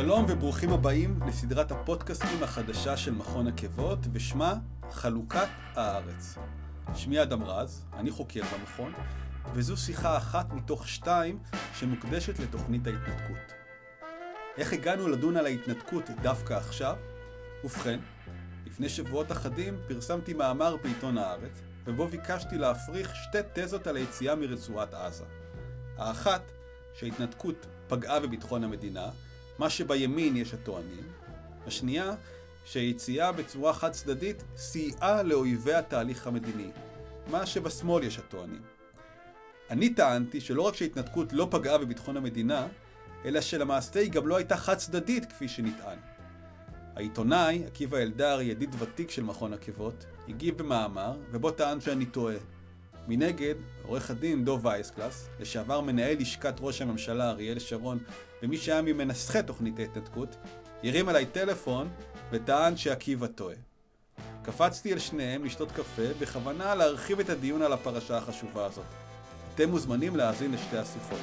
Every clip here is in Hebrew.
שלום וברוכים הבאים לסדרת הפודקאסטים החדשה של מכון עקבות, ושמה חלוקת הארץ. שמי אדם רז, אני חוקר במכון, וזו שיחה אחת מתוך 2 שמוקדשת לתוכנית ההתנתקות. איך הגענו לדון על ההתנתקות דווקא עכשיו? ובכן, לפני שבועות אחדים פרסמתי מאמר בעיתון הארץ, ובו ביקשתי להפריך 2 תזות על היציאה מרצועת עזה. האחת, שההתנתקות פגעה בביטחון המדינה, מה שבימין יש הטוענים. השנייה, שהיציאה בצורה חד צדדית סייעה לאויבי התהליך המדיני, מה שבשמאל יש הטוענים. אני טענתי שלא רק שההתנתקות לא פגעה בביטחון המדינה, אלא שלמעשה היא גם לא הייתה חד צדדית כפי שנטען. העיתונאי, עקיבא אלדר, ידיד ותיק של מכון עקבות, הגיב במאמר ובו טען שאני טועה. מנגד, עורך הדין דוב וייסקלס, לשעבר מנהל לשכת ראש הממשלה אריאל שרון ומי שהיה ממנסחי תוכנית ההתנתקות, הרים עליי טלפון וטען שעקיבא טועה. קפצתי אל שניהם לשתות קפה בכוונה להרחיב את הדיון על הפרשה החשובה הזאת. אתם מוזמנים להאזין לשתי השיחות.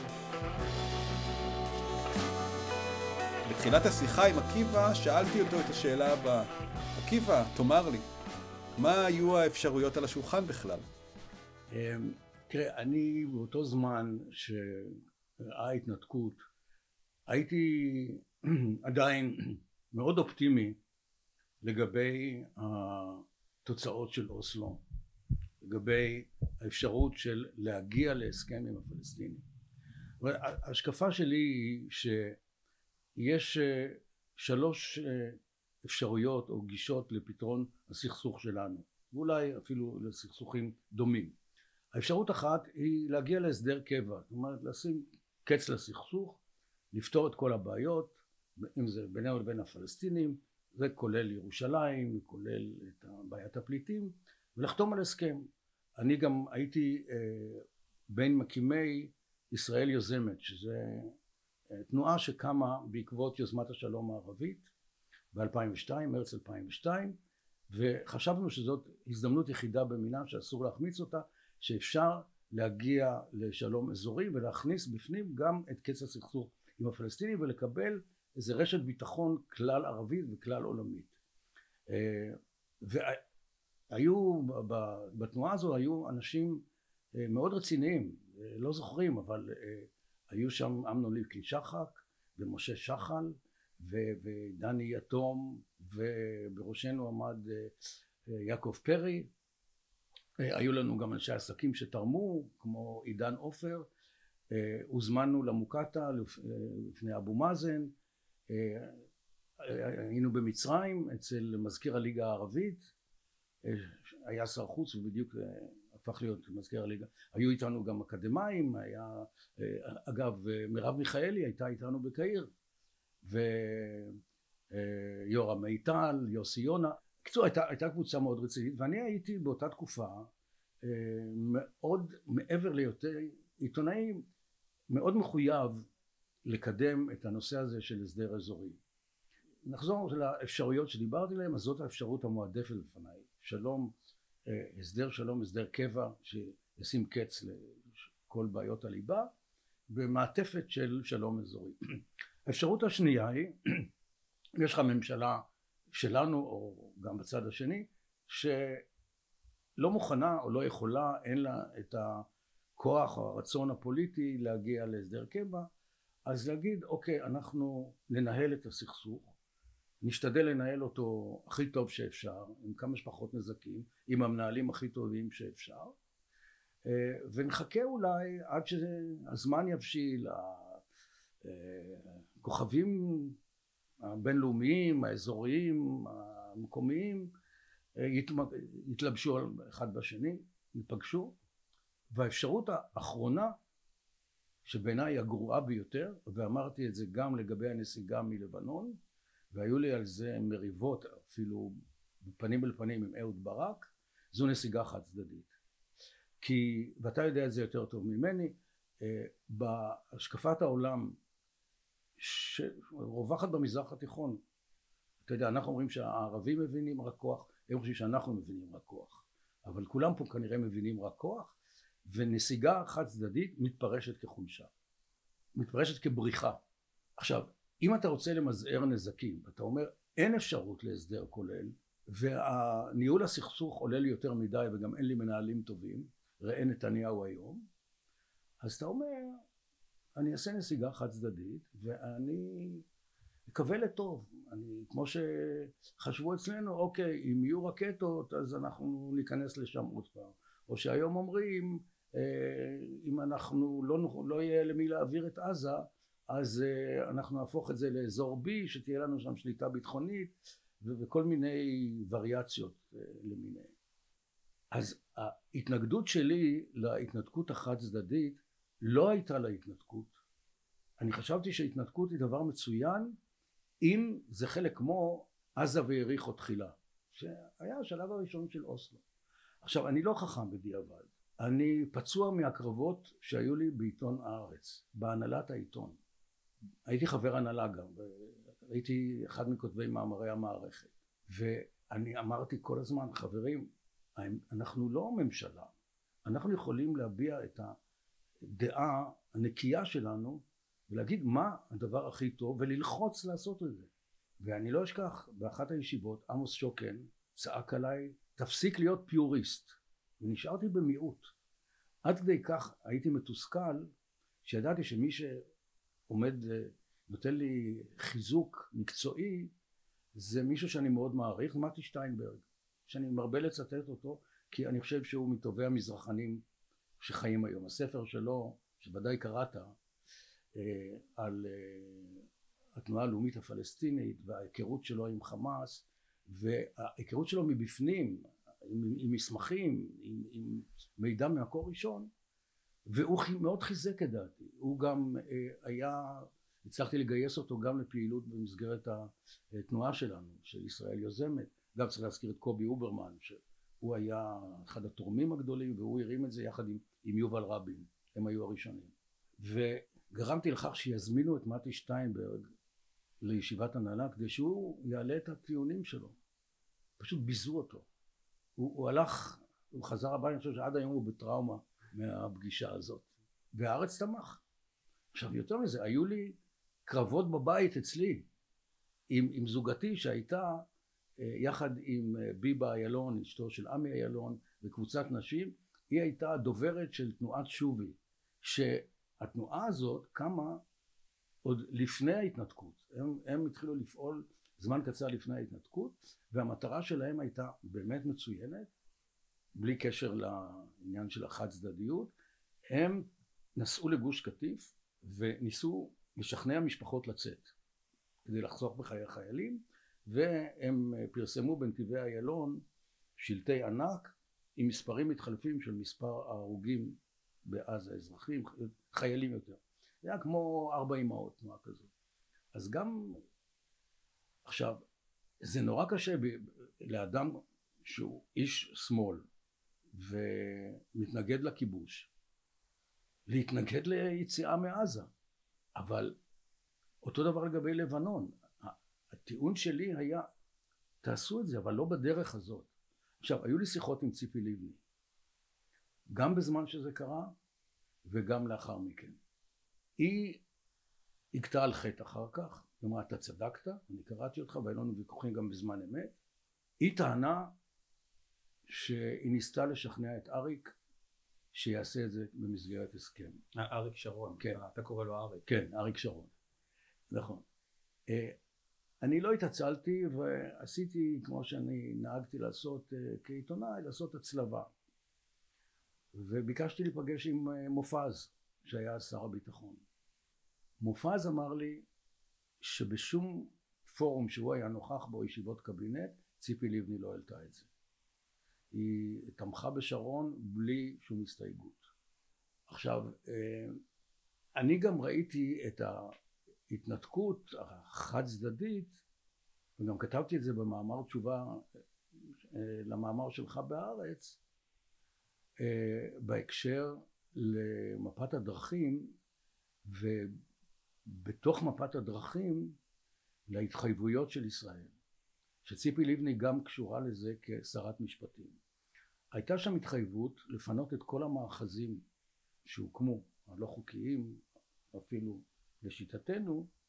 בתחילת השיחה עם עקיבא שאלתי אותו את השאלה הבאה: עקיבא, תאמר לי, מה היו האפשרויות על השולחן בכלל? תראה, אני באותו זמן שההתנתקות הייתי עדיין מאוד אופטימי לגבי התוצאות של אוסלו, לגבי האפשרות של להגיע להסכם עם הפלסטינים. ההשקפה שלי היא שיש 3 אפשרויות או גישות לפתרון הסכסוך שלנו, ואולי אפילו לסכסוכים דומים. האפשרות אחת היא להגיע להסדר קבע, זאת אומרת לשים קץ לסכסוך, לפתור את כל הבעיות, אם זה בינינו לבין הפלסטינים, זה כולל ירושלים, כולל את בעיית הפליטים, ולחתום על הסכם. אני גם הייתי בין מקימי ישראל יוזמת, שזה תנועה שקמה בעקבות יוזמת השלום הערבית ב-2002, מרץ 2002, וחשבנו שזאת הזדמנות יחידה במינה שאסור להחמיץ אותה, שאפשר להגיע לשלום אזורי ולהכניס בפנים גם את קץ הסכסוך עם הפלסטינים ולקבל איזה רשת ביטחון כלל ערבית וכלל עולמית. והיו בתנועה הזו היו אנשים מאוד רציניים, לא זוכרים, אבל היו שם אמנון ליפקין שחק ומשה שחל ודני יתום, ובראשנו עמד יעקב פרי. היו לנו גם אנשי עסקים שתרמו כמו עידן עופר. הוזמנו למוקטעה לפני אבו מאזן, היינו במצרים אצל מזכיר הליגה הערבית, היה שר חוץ ובדיוק הפך להיות מזכיר הליגה. היו איתנו גם אקדמיים, היה אגב מרב מיכאלי הייתה איתנו בקהיר, ויורם מיטל, יוסי יונה. בקיצור, הייתה קבוצה מאוד רצינית, ואני הייתי באותה תקופה מאוד מעבר ליותר עיתונאי מאוד מחויב לקדם את הנושא הזה של הסדר אזורי. נחזור לאפשרויות שדיברתי עליהן, אז זאת האפשרות המועדפת בפניי, שלום, הסדר שלום, הסדר קבע שישים קץ לכל בעיות הליבה במעטפת של שלום אזורי. האפשרות השנייה היא, יש לך ממשלה שלנו או גם בצד השני שלא מוכנה או לא יכולה, אין לה את הכוח או הרצון הפוליטי להגיע להסדר קבע, אז להגיד אוקיי, אנחנו ננהל את הסכסוך, נשתדל לנהל אותו הכי טוב שאפשר, עם כמה שפחות נזקים, עם המנהלים הכי טובים שאפשר, ונחכה אולי עד שהזמן יבשיל, הכוכבים הבינלאומיים, האזוריים, המקומיים יתלבשו אחד בשני, ייפגשו. והאפשרות האחרונה שבעיניי הגרועה ביותר, ואמרתי את זה גם לגבי הנסיגה מלבנון, והיו לי על זה מריבות אפילו בפנים אל פנים עם אהוד ברק, זו נסיגה חד צדדית. כי, ואתה יודע את זה יותר טוב ממני, בהשקפת העולם שרווחת במזרח התיכון, אתה יודע, אנחנו אומרים שהערבים מבינים רק כוח, הם חושבים שאנחנו מבינים רק כוח, אבל כולם פה כנראה מבינים רק כוח, ונסיגה חד צדדית מתפרשת כחולשה, מתפרשת כבריחה. עכשיו, אם אתה רוצה למזער נזקים, אתה אומר אין אפשרות להסדר כולל, והניהול הסכסוך עולה לי יותר מדי וגם אין לי מנהלים טובים, ראה נתניהו היום, אז אתה אומר אני אעשה נסיגה חד צדדית ואני אקווה לטוב. אני, כמו שחשבו אצלנו, אוקיי, אם יהיו רקטות אז אנחנו ניכנס לשם עוד פעם, או שהיום אומרים אם אנחנו לא יהיה למי להעביר את עזה אז אנחנו נהפוך את זה לאזור B שתהיה לנו שם שליטה ביטחונית וכל מיני וריאציות למיניהם. אז ההתנגדות שלי להתנתקות החד צדדית לא הייתה להתנתקות. אני חשבתי שההתנתקות היא דבר מצוין אם זה חלק כמו עזה ויריחו תחילה, שהיה השלב הראשון של אוסלו. עכשיו אני לא חכם בדיעבד, אני פצוע מהקרבות שהיו לי בעיתון הארץ, בהנהלת העיתון. הייתי חבר הנהלה גם, הייתי אחד מכותבי מאמרי המערכת, ואני אמרתי כל הזמן, חברים, אנחנו לא ממשלה, אנחנו יכולים להביע את הדעה הנקייה שלנו ולהגיד מה הדבר הכי טוב וללחוץ לעשות את זה. ואני לא אשכח, באחת הישיבות עמוס שוקן צעק עליי תפסיק להיות פיוריסט, ונשארתי במיעוט. עד כדי כך הייתי מתוסכל שידעתי שמי שעומד נותן לי חיזוק מקצועי זה מישהו שאני מאוד מעריך, מתי שטיינברג, שאני מרבה לצטט אותו כי אני חושב שהוא מטובי המזרחנים שחיים היום. הספר שלו שוודאי קראת על התנועה הלאומית הפלסטינית וההיכרות שלו עם חמאס וההיכרות שלו מבפנים עם מסמכים, עם מידע מהקור ראשון, והוא מאוד חיזק את דעתי. הוא גם היה, הצלחתי לגייס אותו גם לפעילות במסגרת התנועה שלנו של ישראל יוזמת. גם צריך להזכיר את קובי אוברמן שהוא היה אחד התורמים הגדולים והוא הרים את זה יחד עם יובל רבין, הם היו הראשונים. וגרמתי לכך שיזמינו את מתי שטיינברג לישיבת הנהלה כדי שהוא יעלה את הטיעונים שלו. פשוט ביזו אותו. הוא הלך, הוא חזר הבא, אני חושב שעד היום הוא בטראומה מהפגישה הזאת. והארץ תמך. עכשיו יותר מזה, היו לי קרבות בבית אצלי עם זוגתי שהייתה יחד עם ביבה איילון, אשתו של עמי איילון וקבוצת נשים. היא הייתה דוברת של תנועת שובי, שהתנועה הזאת קמה עוד לפני ההתנתקות. הם התחילו לפעול זמן קצר לפני ההתנתקות, והמטרה שלהם הייתה באמת מצוינת, בלי קשר לעניין של החד צדדיות. הם נסעו לגוש קטיף וניסו לשכנע משפחות לצאת כדי לחסוך בחיי החיילים, והם פרסמו בנתיבי איילון שלטי ענק עם מספרים מתחלפים של מספר ההרוגים בעזה, אזרחים, חיילים יותר. זה היה כמו 4 אמהות, תנועה כזאת. אז גם עכשיו זה נורא קשה לאדם שהוא איש שמאל ומתנגד לכיבוש להתנגד ליציאה מעזה, אבל אותו דבר לגבי לבנון. הטיעון שלי היה תעשו את זה אבל לא בדרך הזאת. עכשיו היו לי שיחות עם ציפי לבני גם בזמן שזה קרה וגם לאחר מכן. היא הכתה על חטא אחר כך, היא אמרה אתה צדקת, אני קראתי אותך והיו לנו ויכוחים גם בזמן אמת. היא טענה שהיא ניסתה לשכנע את אריק שיעשה את זה במסגרת הסכם. אריק שרון, כן. אתה קורא לו אריק. כן, אריק שרון, נכון. אני לא התעצלתי ועשיתי כמו שאני נהגתי לעשות כעיתונאי, לעשות הצלבה, וביקשתי להיפגש עם מופז שהיה שר הביטחון. מופז אמר לי שבשום פורום שהוא היה נוכח בו, ישיבות קבינט, ציפי לבני לא העלתה את זה. היא תמכה בשרון בלי שום הסתייגות. עכשיו אני גם ראיתי את ההתנתקות החד צדדית, וגם כתבתי את זה במאמר תשובה למאמר שלך בהארץ, בהקשר למפת הדרכים, ובתוך מפת הדרכים להתחייבויות של ישראל, שציפי לבני גם קשורה לזה כשרת משפטים. הייתה שם התחייבות לפנות את כל המאחזים שהוקמו, הלא חוקיים אפילו לשיטתנו,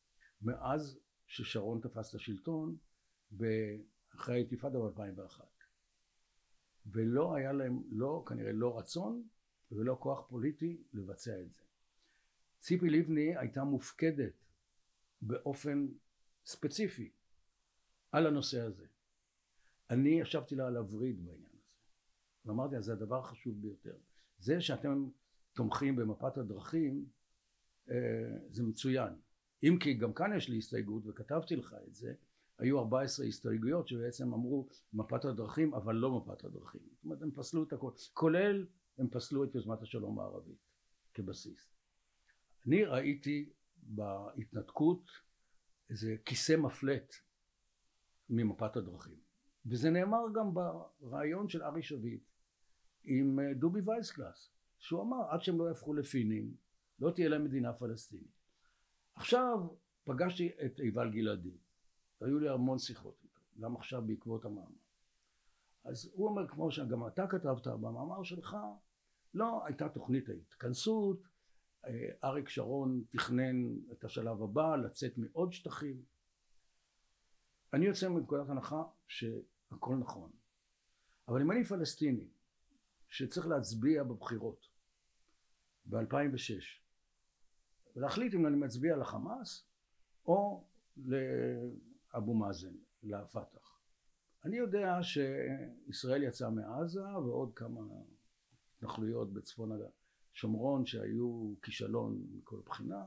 מאז ששרון תפס את השלטון אחרי האינתיפאדה ב-2001, ולא היה להם כנראה לא רצון ולא כוח פוליטי לבצע את זה. ציפי לבני הייתה מופקדת באופן ספציפי על הנושא הזה. אני ישבתי לה על הווריד בעניין הזה ואמרתי, אז זה הדבר החשוב ביותר. זה שאתם תומכים במפת הדרכים זה מצוין, אם כי גם כאן יש לי הסתייגות וכתבתי לך את זה. היו 14 הסתייגויות שבעצם אמרו מפת הדרכים אבל לא מפת הדרכים. זאת אומרת, הם פסלו את הכל, כולל הם פסלו את יוזמת השלום הערבית כבסיס. אני ראיתי בהתנתקות איזה כיסא מפלט ממפת הדרכים, וזה נאמר גם ברעיון של ארי שביט עם דובי וייסגלס, שהוא אמר עד שהם לא יהפכו לפינים לא תהיה להם מדינה פלסטינית. עכשיו פגשתי את יובל גלעדי, היו לי המון שיחות איתו, גם עכשיו בעקבות המאמר. אז הוא אומר, כמו שגם אתה כתבת במאמר שלך, לא הייתה תוכנית ההתכנסות, אריק שרון תכנן את השלב הבא לצאת מעוד שטחים. אני יוצא מנקודת הנחה שהכל נכון, אבל אם אני פלסטיני שצריך להצביע בבחירות ב-2006 ולהחליט אם אני מצביע לחמאס או לאבו מאזן, לפתח, אני יודע שישראל יצאה מעזה ועוד כמה התנחלויות בצפון השומרון שהיו כישלון מכל בחינה,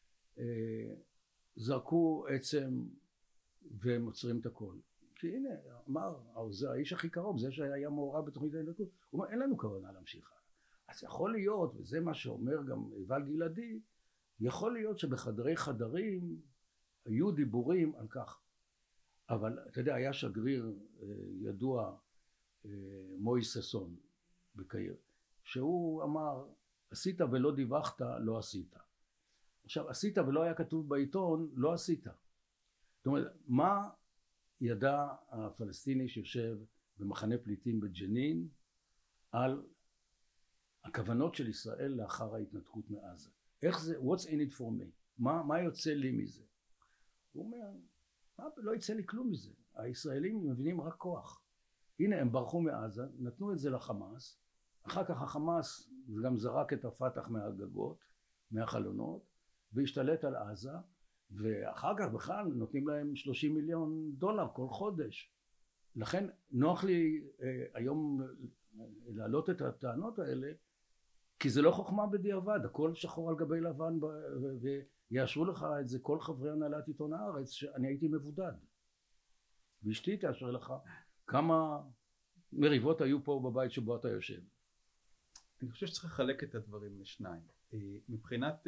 זרקו עצם והם עוצרים את הכל. כי הנה אמר האיש הכי קרוב, זה שהיה מעורב בתוכנית ההתנתקות, הוא אומר אין לנו כוונה להמשיך. אז יכול להיות, וזה מה שאומר גם יובל גלעדי, יכול להיות שבחדרי חדרים היו דיבורים על כך. אבל אתה יודע, היה שגריר ידוע, מוי ססון בקהיר, שהוא אמר עשית ולא דיווחת, לא עשית. עכשיו עשית ולא היה כתוב בעיתון, לא עשית. זאת אומרת, מה ידע הפלסטיני שיושב במחנה פליטים בג'נין על הכוונות של ישראל לאחר ההתנתקות מעזה? איך זה, what's in it for me? מה יוצא לי מזה? הוא אומר, לא יצא לי כלום מזה. הישראלים מבינים רק כוח. הנה הם ברחו מעזה, נתנו את זה לחמאס, אחר כך החמאס גם זרק את הפתח מהגגות, מהחלונות, והשתלט על עזה, ואחר כך בכלל נותנים להם 30 מיליון דולר כל חודש. לכן נוח לי היום להעלות את הטענות האלה, כי זה לא חוכמה בדיעבד, הכל שחור על גבי לבן, ויאשרו לך את זה כל חברי הנהלת עיתון הארץ, שאני הייתי מבודד. ואשתי תאשר לך כמה מריבות היו פה בבית שבו אתה יושב. אני חושב שצריך לחלק את הדברים לשניים. מבחינת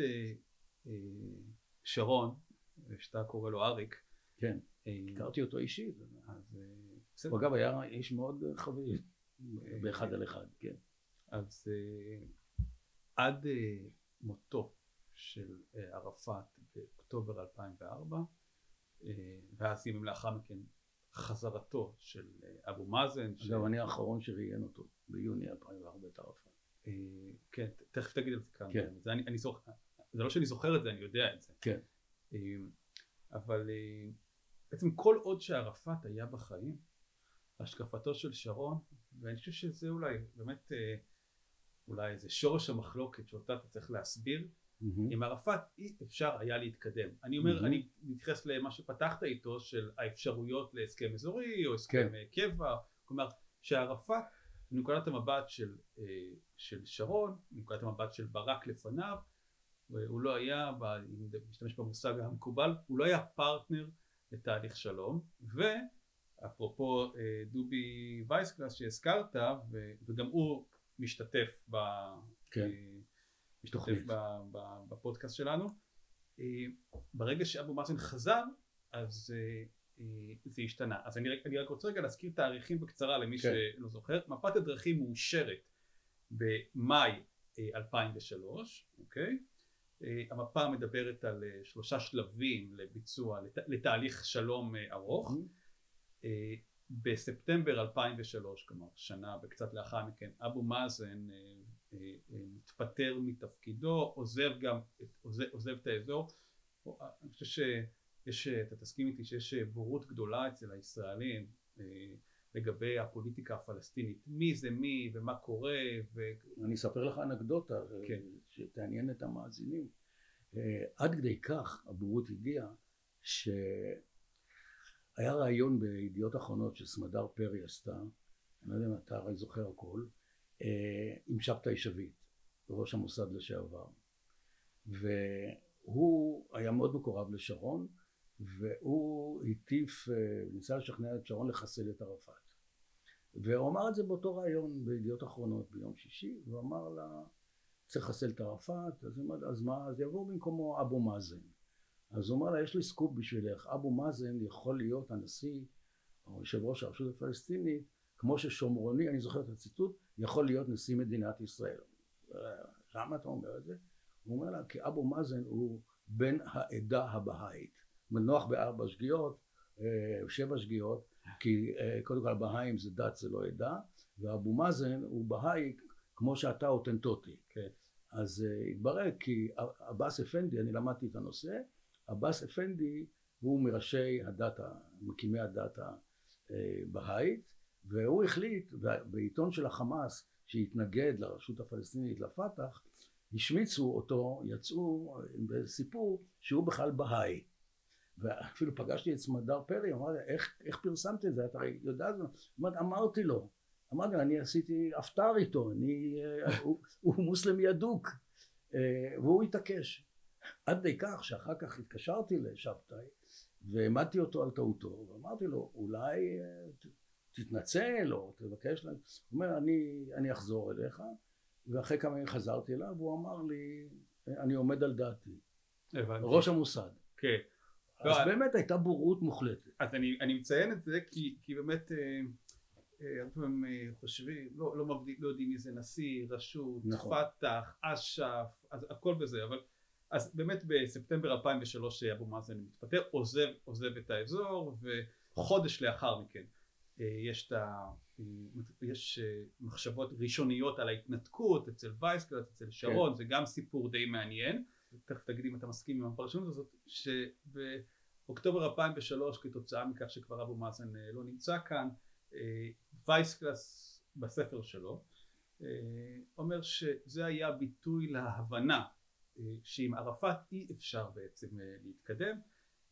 שרון, שאתה קורא לו אריק, כן, הכרתי אותו אישית. הוא אגב היה איש מאוד חביב, באחד על אחד, כן. אז עד מותו של ערפאת באוקטובר 2004, ואז ימים לאחר מכן חזרתו של אבו מאזן. אגב, אני האחרון שראיין אותו ביוני 2004 את ערפאת. כן, תכף תגיד על זה כאן. כן. זה לא שאני זוכר את זה, אני יודע את זה. כן. אבל בעצם כל עוד שערפאת היה בחיים, השקפתו של שרון, ואני חושב שזה אולי באמת אולי איזה שורש המחלוקת שאותה אתה צריך להסביר, עם ערפאת אי אפשר היה להתקדם. אני אומר, אני מתייחס למה שפתחת איתו של האפשרויות להסכם אזורי או הסכם קבע, כלומר שערפאת מנקודת המבט של שרון, מנקודת המבט של ברק לפניו, הוא לא היה, אם משתמש במושג המקובל, הוא לא היה פרטנר לתהליך שלום. ואפרופו דובי וייסגלס שהזכרת, וגם הוא משתתף בפודקאסט שלנו, ברגע שאבו מאזן חזר אז זה השתנה. אז אני רק רוצה רגע להזכיר תאריכים בקצרה למי שלא זוכר. מפת הדרכים מאושרת במאי 2003, אוקיי? המפה מדברת על 3 שלבים לביצוע, לתהליך שלום ארוך. בספטמבר 2003, כלומר שנה וקצת לאחר מכן, אבו מאזן מתפטר מתפקידו, עוזב את האזור. אני חושב אתה תסכים איתי שיש בורות גדולה אצל הישראלים לגבי הפוליטיקה הפלסטינית, מי זה מי ומה קורה אני אספר לך אנקדוטה כן. שתעניין את המאזינים. עד כדי כך הבורות הגיעה שהיה רעיון בידיעות אחרונות שסמדר פרי עשתה, אני לא יודע אם אתה הרי זוכר הכל, עם שבתאי שביט, ראש המוסד לשעבר, והוא היה מאוד מקורב לשרון, והוא הטיף, ניסה לשכנע את שרון לחסל את ערפאת, והוא אמר את זה באותו רעיון בידיעות אחרונות ביום שישי, והוא אמר לה צריך לחסל את ערפאת, אז מה, אז יבוא במקומו אבו מאזן. אז הוא אמר לה יש לי סקופ בשבילך, אבו מאזן יכול להיות הנשיא או יושב ראש הרשות הפלסטינית כמו ששומרוני, אני זוכר את הציטוט, יכול להיות נשיא מדינת ישראל. למה אתה אומר את זה? הוא אומר לה כי אבו מאזן הוא בן העדה הבהאית, מנוח ב4 שגיאות, 7 שגיאות, כי קודם כל הבהאים זה דת זה לא עדה, ואבו מאזן הוא בהאי כמו שאתה אותנטוטי. כן. אז התברר כי עבאס אפנדי, אני למדתי את הנושא, עבאס אפנדי הוא מראשי הדת, מקימי הדת הבהאית, והוא החליט בעיתון של החמאס שהתנגד לרשות הפלסטינית לפתח, השמיצו אותו, יצאו בסיפור שהוא בכלל בהאי, ואפילו פגשתי את סמדר פרי, אמרתי איך פרסמת את זה, אתה יודע, אמרתי לו אני עשיתי אפטר איתו, הוא מוסלמי ידוק, והוא התעקש עד די כך שאחר כך התקשרתי לשבתאי והעמדתי אותו על טעותו ואמרתי לו אולי תתנצל או תבקש להם. הוא אומר אני אחזור אליך, ואחרי כמה ימים חזרתי אליו והוא אמר לי אני עומד על דעתי. הבנתי. ראש המוסד. כן. אז באמת הייתה בורות מוחלטת. אז אני מציין את זה כי באמת הרבה פעמים חושבים, לא יודעים מי זה נשיא, רשות, פתח, אש"ף, אז הכל בזה, אבל אז באמת בספטמבר 2003 אבו מאזן מתפטר, עוזב את האזור, וחודש לאחר מכן יש מחשבות ראשוניות על ההתנתקות אצל וייסגלס, אצל שרון, זה גם סיפור די מעניין, תכף תגיד אם אתה מסכים עם הפרשנות הזאת, שבאוקטובר 2003 כתוצאה מכך שכבר אבו מאזן לא נמצא כאן, וייסגלס בספר שלו אומר שזה היה ביטוי להבנה שעם ערפאת אי אפשר בעצם להתקדם,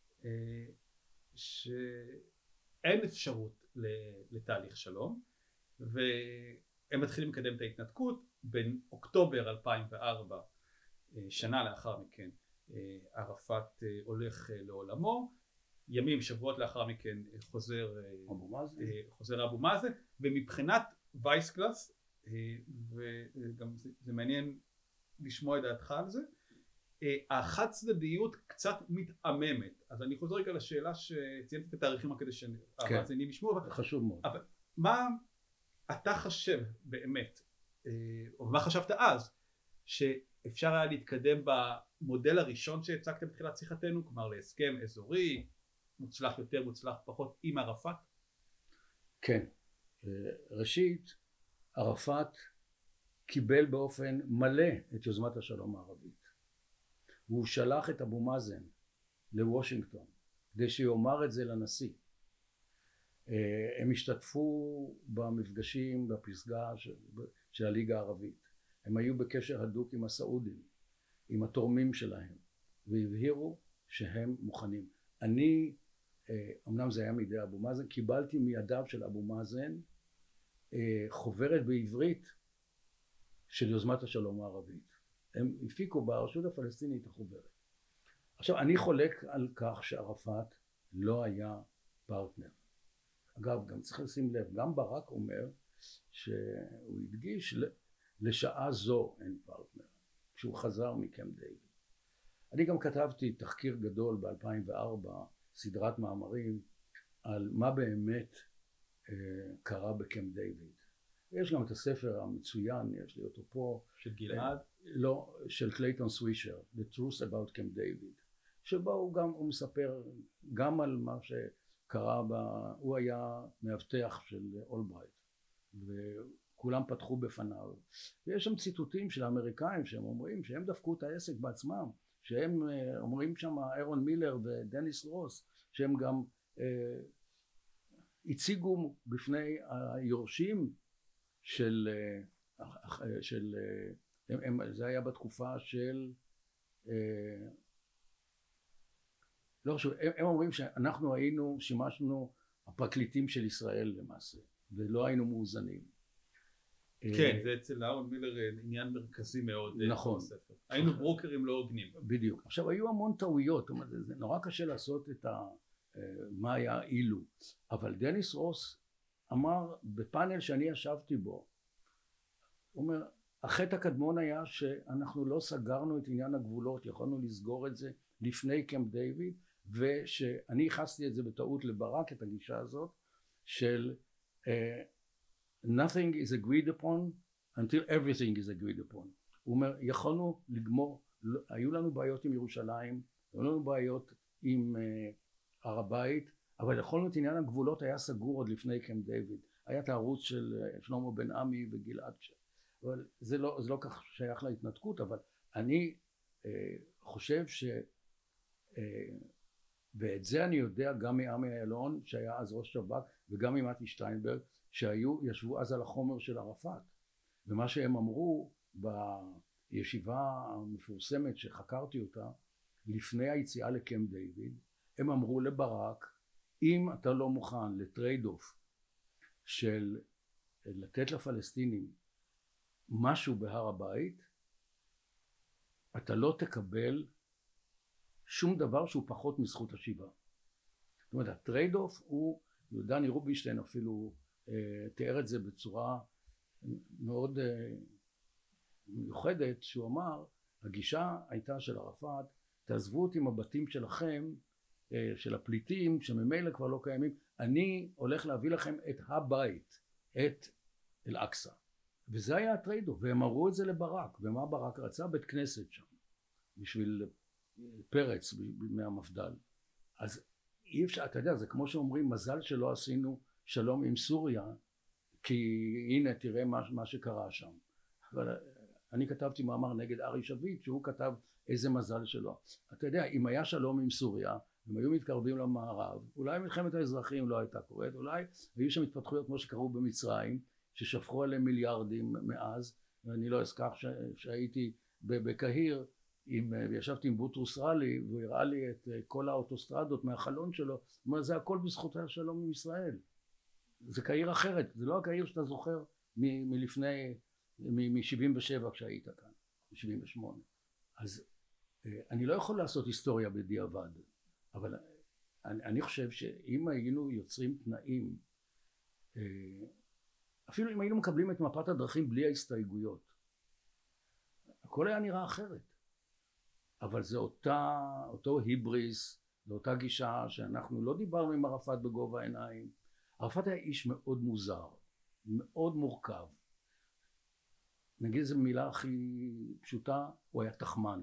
שאין אפשרות לתהליך שלום, והם מתחילים לקדם את ההתנתקות. בין אוקטובר 2004 שנה לאחר מכן ערפאת הולך לעולמו, ימים שבועות לאחר מכן חוזר אבו מאזן, ומבחינת וייסגלס, וגם זה מעניין לשמוע את דעתך על זה, החד צדדיות קצת מתעממת. אז אני חוזר רגע לשאלה שציינתי את התאריכים כדי שהמאזינים ישמעו, חשוב מאוד. אבל מה אתה חושב באמת, או מה חשבת אז, שאפשר היה להתקדם במודל הראשון שהצגתם בתחילת שיחתנו, כלומר להסכם אזורי מוצלח יותר, מוצלח פחות, עם ערפאת? כן. ראשית, ערפאת קיבל באופן מלא את יוזמת השלום הערבית. הוא שלח את אבו מאזן לוושינגטון כדי שיאמר את זה לנשיא. הם השתתפו במפגשים בפסגה של הליגה הערבית. הם היו בקשר הדוק עם הסעודים, עם התורמים שלהם, והבהירו שהם מוכנים. אני, אמנם זה היה מידי אבו מאזן, קיבלתי מידיו של אבו מאזן חוברת בעברית של יוזמת השלום הערבית. הם הפיקו ברשות הפלסטינית החוברת. עכשיו אני חולק על כך שערפאת לא היה פרטנר. אגב, גם צריך לשים לב, גם ברק אומר שהוא הדגיש לשעה זו אין פרטנר, כשהוא חזר מקמפ דיוויד. אני גם כתבתי תחקיר גדול ב-2004, סדרת מאמרים על מה באמת קרה בקמפ דיוויד. יש גם את הספר המצוין, יש לי אותו פה. של גלעד? לא, של קלייטון סווישר, The Truth About Camp David, שבו הוא מספר גם על מה שקרה, הוא היה מאבטח של אולברייט, וכולם פתחו בפניו. ויש שם ציטוטים של האמריקאים שהם אומרים שהם דפקו את העסק בעצמם, שהם אומרים שם אירון מילר ודניס רוס, שהם גם הציגו בפני היורשים של זה היה בתקופה של לא חשוב, הם אומרים שאנחנו שימשנו הפרקליטים של ישראל למעשה, ולא היינו מאוזנים. כן, זה אצל אהרון מילר עניין מרכזי מאוד. נכון. היינו ברוקרים לא הוגנים. בדיוק. עכשיו היו המון טעויות, זה נורא קשה לעשות את מה היה אילו, אבל דניס רוס אמר בפאנל שאני ישבתי בו, הוא אומר, החטא הקדמון היה שאנחנו לא סגרנו את עניין הגבולות, יכולנו לסגור את זה לפני קמפ דיוויד, ושאני ייחסתי את זה בטעות לברק, את הגישה הזאת של nothing is agreed upon until everything is agreed upon. הוא אומר, יכולנו לגמור, היו לנו בעיות עם ירושלים, היו לנו בעיות עם הר הבית, אבל יכולנו את עניין הגבולות היה סגור עוד לפני קמפ דיוויד. היה את הערוץ של שלמה בן עמי וגלעד, אבל זה לא כך שייך להתנתקות, אבל אני חושב ואת זה אני יודע גם מעמי אילון שהיה אז ראש שב"כ וגם ממתי שטיינברג שישבו אז על החומר של ערפאת, ומה שהם אמרו בישיבה המפורסמת שחקרתי אותה לפני היציאה לקמפ דיוויד, הם אמרו לברק, אם אתה לא מוכן לטרייד אוף של לתת לפלסטינים משהו בהר הבית, אתה לא תקבל שום דבר שהוא פחות מזכות השיבה. זאת אומרת, הטרייד אוף הוא, דני רובינשטיין אפילו תיאר את זה בצורה מאוד מיוחדת, שהוא אמר, הגישה הייתה של ערפאת, תעזבו אותי עם הבתים שלכם, של הפליטים שממילא כבר לא קיימים, אני הולך להביא לכם את הבית, את אל-אקצא. וזה היה הטרייד אוף, והם אמרו את זה לברק, ומה ברק רצה? בית כנסת שם, בשביל פרץ מהמפד"ל. אז אי אפשר, אתה יודע, זה כמו שאומרים, מזל שלא עשינו שלום עם סוריה, כי הנה תראה מה שקרה שם. אבל אני כתבתי מאמר נגד ארי שביט, שהוא כתב איזה מזל שלו. אתה יודע, אם היה שלום עם סוריה, הם היו מתקרבים למערב, אולי מלחמת האזרחים לא הייתה קורית, אולי היו שם התפתחויות כמו שקרו במצרים, ששפכו עליהם מיליארדים מאז. אני לא אזכח שהייתי בקהיר, ישבתי עם בוטרוס ראלי, והוא הראה לי את כל האוטוסטרדות מהחלון שלו, הוא אומר, זה הכל בזכות השלום עם ישראל. זה קהיר אחרת, זה לא הקהיר שאתה זוכר מלפני, מ-77 כשהיית כאן, מ-78. אז אני לא יכול לעשות היסטוריה בדיעבד, אבל אני חושב שאם היינו יוצרים תנאים, אפילו אם היינו מקבלים את מפת הדרכים בלי ההסתייגויות, הכל היה נראה אחרת. אבל זה אותו היבריס, זו אותה גישה שאנחנו לא דיברנו עם ערפאת בגובה העיניים. ערפאת היה איש מאוד מוזר, מאוד מורכב. נגיד איזו מילה הכי פשוטה, הוא היה תחמן.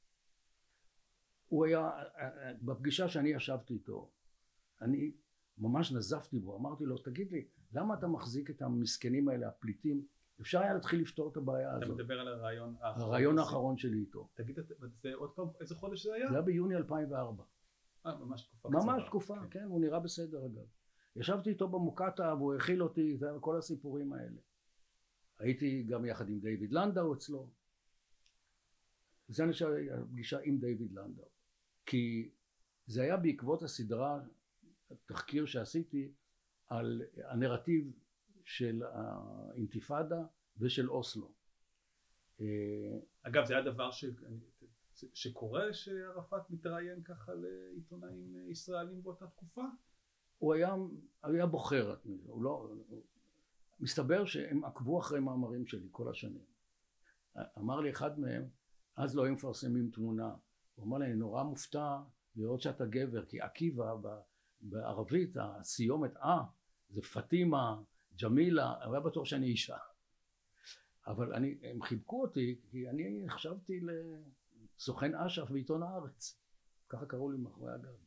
הוא היה, בפגישה שאני ישבתי איתו, אני ממש נזפתי בו, אמרתי לו, תגיד לי, למה אתה מחזיק את המסכנים האלה, הפליטים? אפשר היה להתחיל לפתור את הבעיה הזאת. אתה מדבר על הרעיון האחרון שלי איתו. תגיד, זה עוד פעם, איזה חודש זה היה? זה היה ביוני 2004. ממש תקופה קצרה. ממש תקופה, כן, הוא נראה בסדר אגב. ישבתי איתו במוקטעה והוא הכיל אותי, זה כל הסיפורים האלה. הייתי גם יחד עם דיוויד לנדאו אצלו. זה אני חושב הפגישה עם דיוויד לנדאו. כי זה היה בעקבות הסדרה, התחקיר שעשיתי על הנרטיב של האינתיפאדה ושל אוסלו. אגב, זה היה דבר שקורה שערפאת מתראיין ככה לעיתונאים ישראלים באותה תקופה? הוא היה בוחר, הוא לא, מסתבר שהם עקבו אחרי מאמרים שלי כל השנים. אמר לי אחד מהם, אז לא היו מפרסמים תמונה, הוא אמר לי, אני נורא מופתע לראות שאתה גבר, כי עקיבא בערבית, הסיומת זה פטימה, ג'מילה, אני היה בטוח שאני אישה. אבל הם חיבקו אותי, כי אני נחשבתי לסוכן אש"ף בעיתון הארץ. ככה קראו לי מאחורי הגב.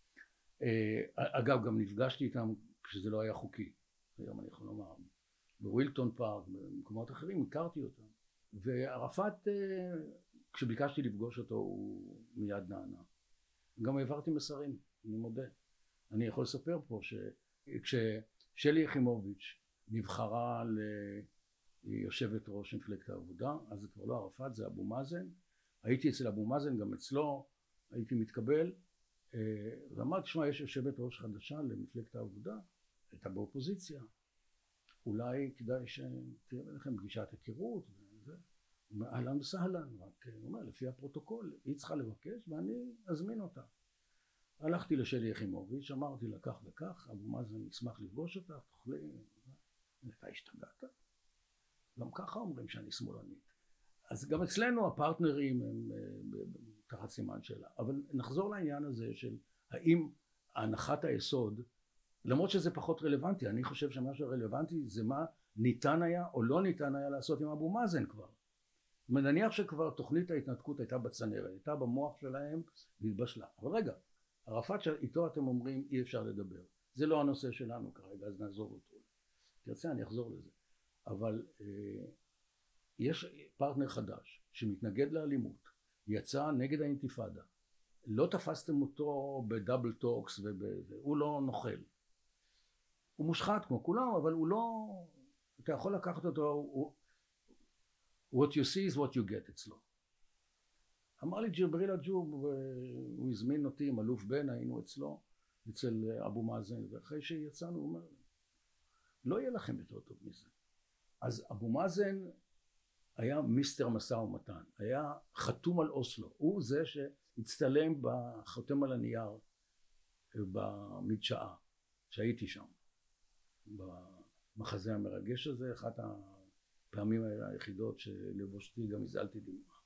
אגב, גם נפגשתי איתם כשזה לא היה חוקי. היום אני יכול לומר, בווילטון פארק, במקומות אחרים, הכרתי אותם. וערפאת כשביקשתי לפגוש אותו הוא מיד נענה. גם העברתי מסרים, אני מודה. אני יכול לספר פה שכששלי יחימוביץ' נבחרה ליושבת ראש מפלגת העבודה, אז זה כבר לא ערפאת, זה אבו מאזן. הייתי אצל אבו מאזן, גם אצלו הייתי מתקבל, ואמרתי, תשמע, יש יושבת ראש חדשה למפלגת העבודה, הייתה באופוזיציה, אולי כדאי שתהיה לכם פגישת היכרות, וזה. הוא אומר, אהלן וסהלן, רק הוא אומר, לפי הפרוטוקול, היא צריכה לבקש ואני אזמין אותה. הלכתי לשלי יחימוביץ', אמרתי לה כך וכך, אבו מאזן ישמח לפגוש אותך, תוכלי, אתה השתגעת? גם ככה אומרים שאני שמאלנית. אז גם אצלנו הפרטנרים הם תחת סימן שאלה. אבל נחזור לעניין הזה של האם הנחת היסוד, למרות שזה פחות רלוונטי, אני חושב שמה שרלוונטי זה מה ניתן היה או לא ניתן היה לעשות עם אבו מאזן כבר. נניח שכבר תוכנית ההתנתקות הייתה בצנרת, הייתה במוח שלהם והתבשלה. אבל רגע, ערפאת שאיתו אתם אומרים אי אפשר לדבר. זה לא הנושא שלנו כרגע, אז נעזוב אותו. תרצה, אני אחזור לזה. אבל יש פרטנר חדש שמתנגד לאלימות, יצא נגד האינתיפאדה. לא תפסתם אותו בדאבל טוקס, הוא לא נוכל. הוא מושחת כמו כולם, אבל הוא לא... אתה יכול לקחת אותו... What you see is what you get אצלו. אמר לי ג'יבריל אג'וב, הוא הזמין אותי עם אלוף בן, היינו אצלו, אצל אבו מאזן, ואחרי שיצאנו הוא אומר, לא יהיה לכם יותר טוב מזה. אז אבו מאזן היה מיסטר משא ומתן, היה חתום על אוסלו, הוא זה שהצטלם בחותם על הנייר במדשאה, שהייתי שם, במחזה המרגש הזה, אחת הפעמים היחידות שלבושתי גם הזלתי דמעה.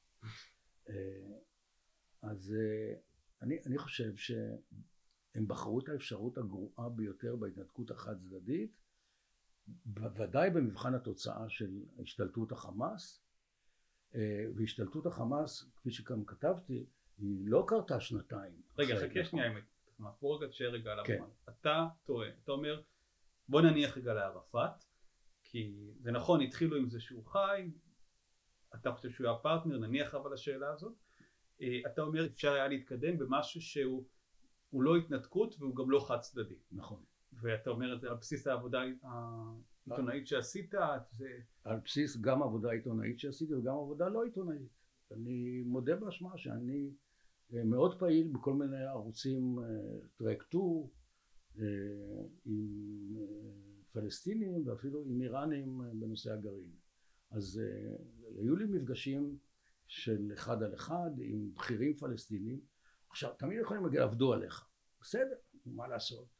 אז אני חושב שהם בחרו את האפשרות הגרועה ביותר בהתנתקות החד צדדית, בוודאי במבחן התוצאה של השתלטות החמאס, והשתלטות החמאס, כפי שגם כתבתי, היא לא קרתה שנתיים. רגע, חכה שנייה, בוא רגע תשאר רגע על אבו. אתה טועה, אתה אומר, בוא נניח רגע לערפאת, כי זה נכון, התחילו עם זה שהוא חי, אתה חושב שהוא היה פרטנר, נניח אבל לשאלה הזאת, אתה אומר אפשר היה להתקדם במשהו שהוא לא התנתקות והוא גם לא חד צדדי. נכון. ואתה אומר את זה על בסיס העבודה העיתונאית שעשית? על בסיס גם עבודה עיתונאית שעשיתי וגם עבודה לא עיתונאית. אני מודה באשמה שאני מאוד פעיל בכל מיני ערוצים, טרק 2, עם פלסטינים ואפילו עם איראנים בנושא הגרעין. אז היו לי מפגשים של אחד על אחד עם בכירים פלסטינים. עכשיו, תמיד יכולים להגיד, עבדו עליך. בסדר, מה לעשות?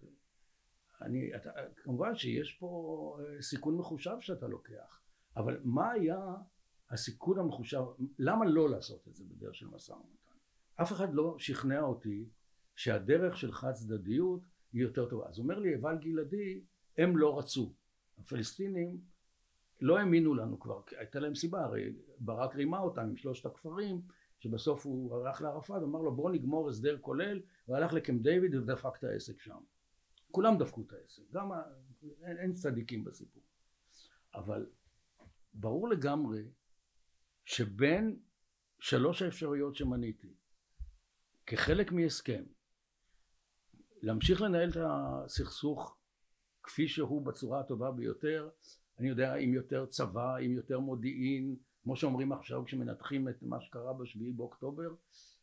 כמובן שיש פה סיכון מחושב שאתה לוקח, אבל מה היה הסיכון המחושב? למה לא לעשות את זה בדרך של משא ומתן? אף אחד לא שכנע אותי שהדרך של חד צדדיות היא יותר טובה. אז אומר לי אבל גלעדי, הם לא רצו. הפלסטינים לא האמינו לנו כבר, הייתה להם סיבה, הרי ברק רימה אותם עם 3 הכפרים, שבסוף הוא הלך לערפאת, אמר לו בוא נגמור הסדר כולל, והלך לקמפ דיוויד ודפק את העסק שם. כולם דפקו את העסק, גם אין צדיקים בסיפור. אבל ברור לגמרי שבין 3 האפשרויות שמניתי, כחלק מהסכם, להמשיך לנהל את הסכסוך כפי שהוא בצורה הטובה ביותר, אני יודע, עם יותר צבא, עם יותר מודיעין, כמו שאומרים עכשיו כשמנתחים את מה שקרה ב7 באוקטובר,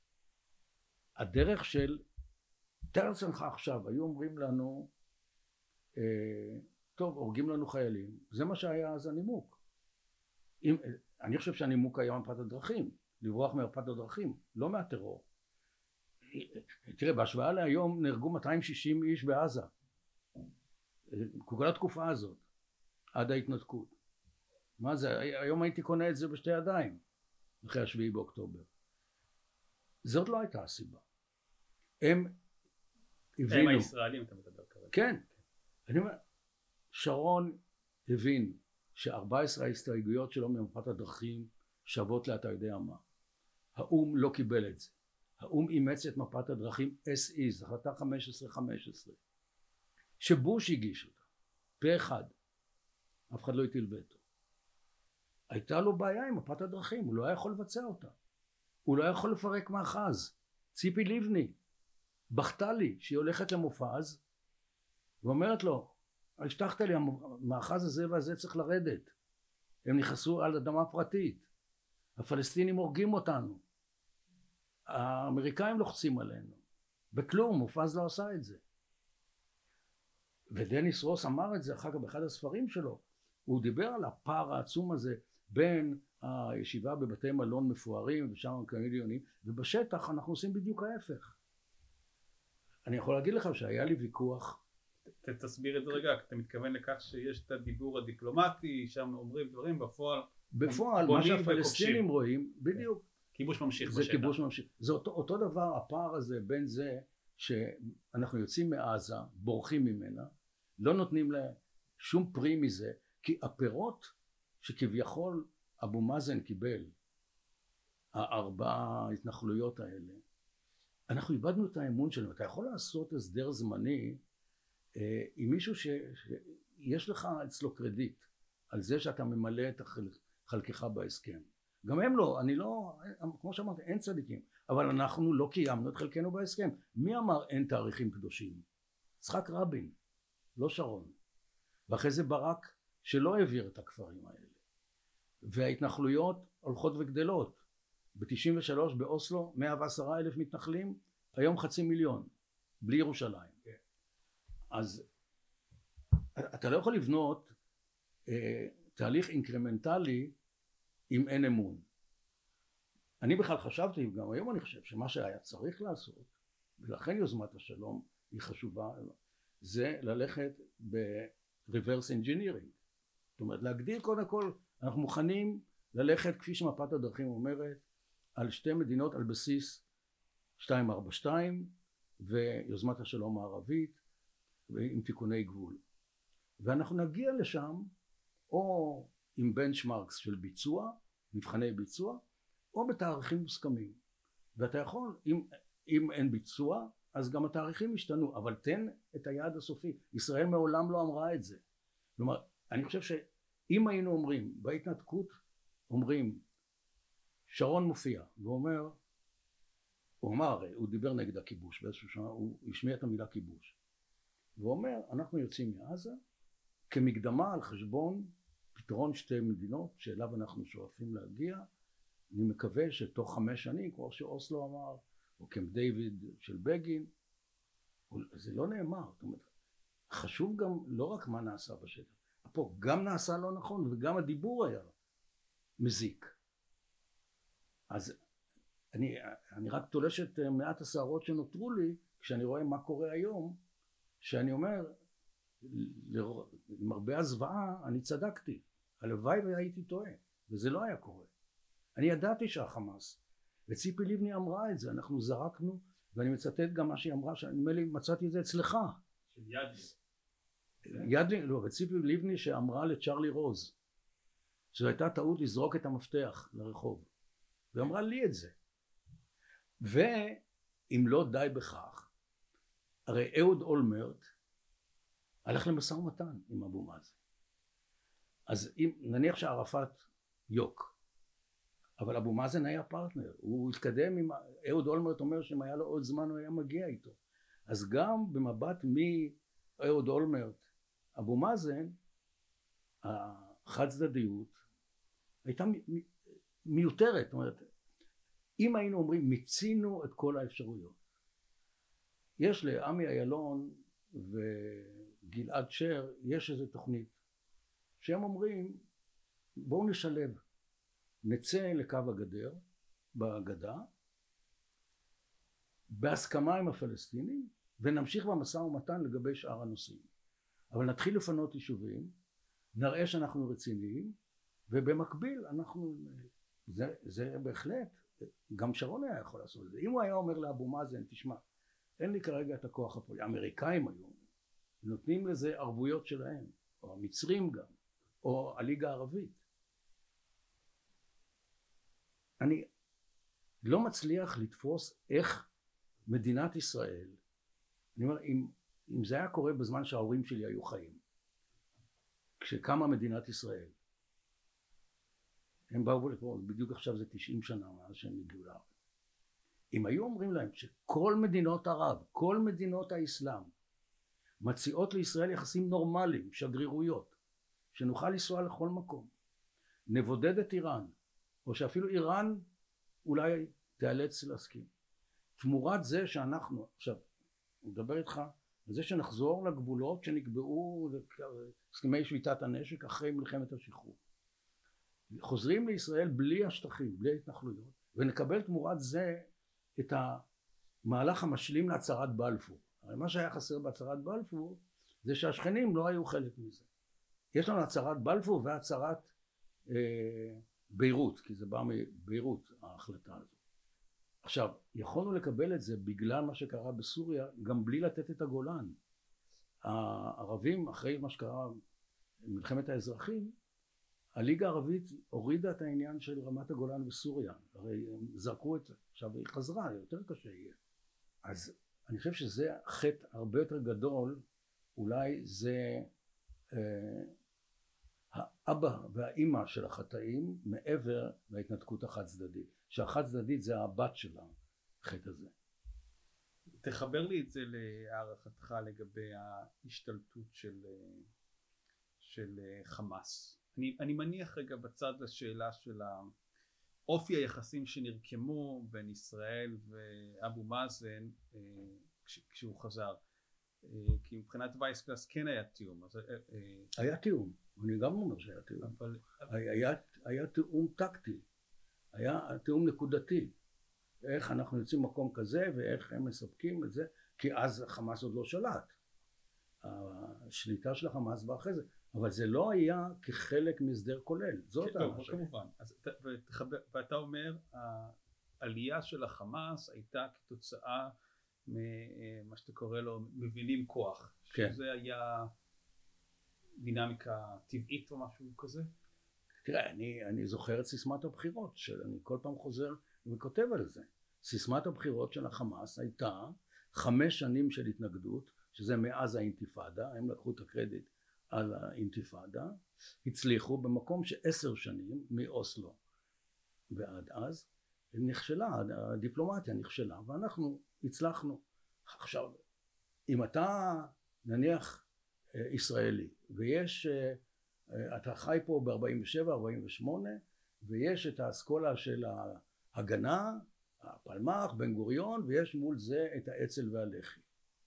הדרך של תאר לעצמך עכשיו, היו אומרים לנו, טוב, הורגים לנו חיילים, זה מה שהיה אז הנימוק. אני חושב שהנימוק היה מפת הדרכים, לברוח מפת הדרכים, לא מהטרור. תראה, בהשוואה להיום נהרגו 260 איש בעזה, כל התקופה הזאת, עד ההתנתקות. מה זה? היום הייתי קונה את זה בשתי ידיים, אחרי 7 באוקטובר. זאת לא הייתה הסיבה. הם הבינו. הם הישראלים אתה מדבר כרגע. כן. אני אומר, שרון הבין ש14 ההסתייגויות שלו ממפת הדרכים שוות לה, אתה יודע מה. האום לא קיבל את זה. האום אימץ את מפת הדרכים as is, החלטה 1515, שבוש הגיש אותה, פה אחד. אף אחד לא הטיל וטו. הייתה לו בעיה עם מפת הדרכים, הוא לא היה יכול לבצע אותה. הוא לא יכול לפרק מאחז. ציפי לבני בכתה לי שהיא הולכת למופז ואומרת לו, הבטחת לי, המאחז הזה והזה צריך לרדת, הם נכנסו על אדמה פרטית, הפלסטינים הורגים אותנו, האמריקאים לוחצים עלינו, בכלום, מופז לא עשה את זה. ודניס רוס אמר את זה אחר כך באחד הספרים שלו, הוא דיבר על הפער העצום הזה בין הישיבה בבתי מלון מפוארים ושם מקיימים דיונים, ובשטח אנחנו עושים בדיוק ההפך. אני יכול להגיד לך שהיה לי ויכוח. תסביר את זה רגע, אתה מתכוון לכך שיש את הדיבור הדיפלומטי, שם אומרים דברים, בפועל מה שהפלסטינים רואים, בדיוק. כיבוש ממשיך בשטח. זה כיבוש ממשיך. זה אותו דבר, הפער הזה בין זה שאנחנו יוצאים מעזה, בורחים ממנה, לא נותנים לה שום פרי מזה, כי הפירות שכביכול אבו מאזן קיבל, הארבע התנחלויות האלה, אנחנו איבדנו את האמון שלנו. אתה יכול לעשות הסדר זמני עם מישהו שיש לך אצלו קרדיט על זה שאתה ממלא את חלקך בהסכם. גם הם לא, אני לא, כמו שאמרתי, אין צדיקים, אבל אנחנו לא קיימנו את חלקנו בהסכם. מי אמר אין תאריכים קדושים? יצחק רבין, לא שרון. ואחרי זה ברק שלא העביר את הכפרים האלה. וההתנחלויות הולכות וגדלות. ב-93 באוסלו 110,000 מתנחלים, היום 500,000 בלי ירושלים. אז אתה לא יכול לבנות תהליך אינקרמנטלי אם אין אמון. אני בכלל חשבתי, גם היום אני חושב, שמה שהיה צריך לעשות, ולכן יוזמת השלום היא חשובה, זה ללכת ב-reverse engineering. זאת אומרת, להגדיר קודם כל, אנחנו מוכנים ללכת, כפי שמפת הדרכים אומרת, על שתי מדינות על בסיס 242 ויוזמת השלום הערבית ועם תיקוני גבול. ואנחנו נגיע לשם או עם בנצ'מרקס של ביצוע, מבחני ביצוע, או בתאריכים מוסכמים. ואתה יכול, אם אין ביצוע, אז גם התאריכים השתנו, אבל תן את היעד הסופי. ישראל מעולם לא אמרה את זה. כלומר, אני חושב שאם היינו אומרים, בהתנתקות אומרים, שרון מופיע ואומר, הוא דיבר נגד הכיבוש באיזשהו שנה, הוא השמיע את המילה כיבוש. והוא אומר, אנחנו יוצאים מעזה כמקדמה על חשבון פתרון שתי מדינות שאליו אנחנו שואפים להגיע. אני מקווה שתוך 5 שנים, כמו שאוסלו אמר, או קמפ דיוויד של בגין, זה לא נאמר. זאת אומרת, חשוב גם לא רק מה נעשה בשטח, פה גם נעשה לא נכון וגם הדיבור היה מזיק. אז אני רק תולש את מעט השערות שנותרו לי כשאני רואה מה קורה היום, שאני אומר, למרבה הזוועה אני צדקתי, הלוואי והייתי טועה, וזה לא היה קורה. אני ידעתי שהחמאס, וציפי לבני אמרה את זה, אנחנו זרקנו, ואני מצטט גם מה שהיא אמרה, שנדמה לי מצאתי את זה אצלך. של ידלין. ידלין, לא, וציפי לבני שאמרה לצ'רלי רוז, שזו הייתה טעות לזרוק את המפתח לרחוב, ואמרה לי את זה. ואם לא די בכך, הרי אהוד אולמרט הלך למשא ומתן עם אבו מאזן. אז אם נניח שערפאת יוק, אבל אבו מאזן היה פרטנר, הוא התקדם עם, אהוד אולמרט אומר שאם היה לו עוד זמן הוא היה מגיע איתו. אז גם במבט מאהוד אולמרט, אבו מאזן, החד צדדיות הייתה מיותרת. זאת אומרת, אם היינו אומרים מיצינו את כל האפשרויות. יש לעמי אילון וגלעד שר, יש איזו תוכנית שהם אומרים בואו נשלב, נצא לקו הגדר בגדה בהסכמה עם הפלסטינים ונמשיך במשא ומתן לגבי שאר הנושאים, אבל נתחיל לפנות יישובים, נראה שאנחנו רציניים, ובמקביל אנחנו, זה בהחלט גם שרון היה יכול לעשות את זה. אם הוא היה אומר לאבו מאזן, תשמע, אין לי כרגע את הכוח הפוליטי, האמריקאים היו נותנים לזה ערבויות שלהם, או המצרים גם, או הליגה הערבית. אני לא מצליח לתפוס איך מדינת ישראל, אני אומר, אם זה היה קורה בזמן שההורים שלי היו חיים, כשקמה מדינת ישראל, הם באו לפה, בדיוק עכשיו זה 90 שנה מאז שהם הגיעו לארץ. אם היו אומרים להם שכל מדינות ערב, כל מדינות האסלאם מציעות לישראל יחסים נורמליים, שגרירויות, שנוכל לנסוע לכל מקום, נבודד את איראן, או שאפילו איראן אולי תיאלץ להסכים, תמורת זה שאנחנו, עכשיו אני מדבר איתך על זה שנחזור לגבולות שנקבעו הסכמי שביתת הנשק אחרי מלחמת השחרור, חוזרים לישראל בלי השטחים, בלי ההתנחלויות, ונקבל תמורת זה את המהלך המשלים להצהרת בלפור. הרי מה שהיה חסר בהצהרת בלפור זה שהשכנים לא היו חלק מזה. יש לנו הצהרת בלפור והצהרת ביירות, כי זה בא מביירות ההחלטה הזו. עכשיו יכולנו לקבל את זה בגלל מה שקרה בסוריה גם בלי לתת את הגולן. הערבים אחרי מה שקרה מלחמת האזרחים, הליגה הערבית הורידה את העניין של רמת הגולן בסוריה, הרי הם זרקו את זה, עכשיו היא חזרה, יותר קשה יהיה. אז אני חושב שזה חטא הרבה יותר גדול, אולי זה האבא והאימא של החטאים מעבר להתנתקות החד צדדית, שהחד צדדית זה הבת של החטא הזה. תחבר לי את זה להערכתך לגבי ההשתלטות של חמאס. אני מניח רגע בצד לשאלה של אופי היחסים שנרקמו בין ישראל ואבו מאזן כשהוא חזר, כי מבחינת וייסגלס כן היה תיאום. היה תיאום, אני גם אומר שהיה תיאום, אבל היה תיאום טקטי, היה תיאום נקודתי, איך אנחנו יוצאים מקום כזה ואיך הם מספקים את זה, כי אז חמאס עוד לא שלט, השליטה של החמאס באה אחרי זה, אבל זה לא היה כחלק מסדר כולל, זאת המשל. כמובן, ואתה אומר העלייה של החמאס הייתה כתוצאה ממה שאתה קורא לו מבינים כוח, כן. שזה היה דינמיקה טבעית או משהו כזה? תראה, אני זוכר את סיסמת הבחירות, שאני כל פעם חוזר וכותב על זה. סיסמת הבחירות של החמאס הייתה 5 שנים של התנגדות, שזה מאז האינתיפאדה, הם לקחו את הקרדיט על האינתיפאדה, הצליחו במקום ש10 שנים מאוסלו ועד אז נכשלה, הדיפלומטיה נכשלה ואנחנו הצלחנו. עכשיו אם אתה נניח ישראלי ויש, אתה חי פה ב-47, 48 ויש את האסכולה של ההגנה, הפלמ"ח, בן גוריון, ויש מול זה את האצ"ל והלח"י,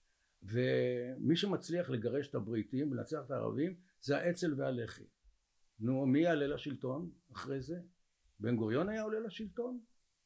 ומי שמצליח לגרש את הבריטים ולנצח את הערבים זה האצ"ל והלח"י. נו, מי יעלה לשלטון אחרי זה? בן גוריון היה עולה לשלטון?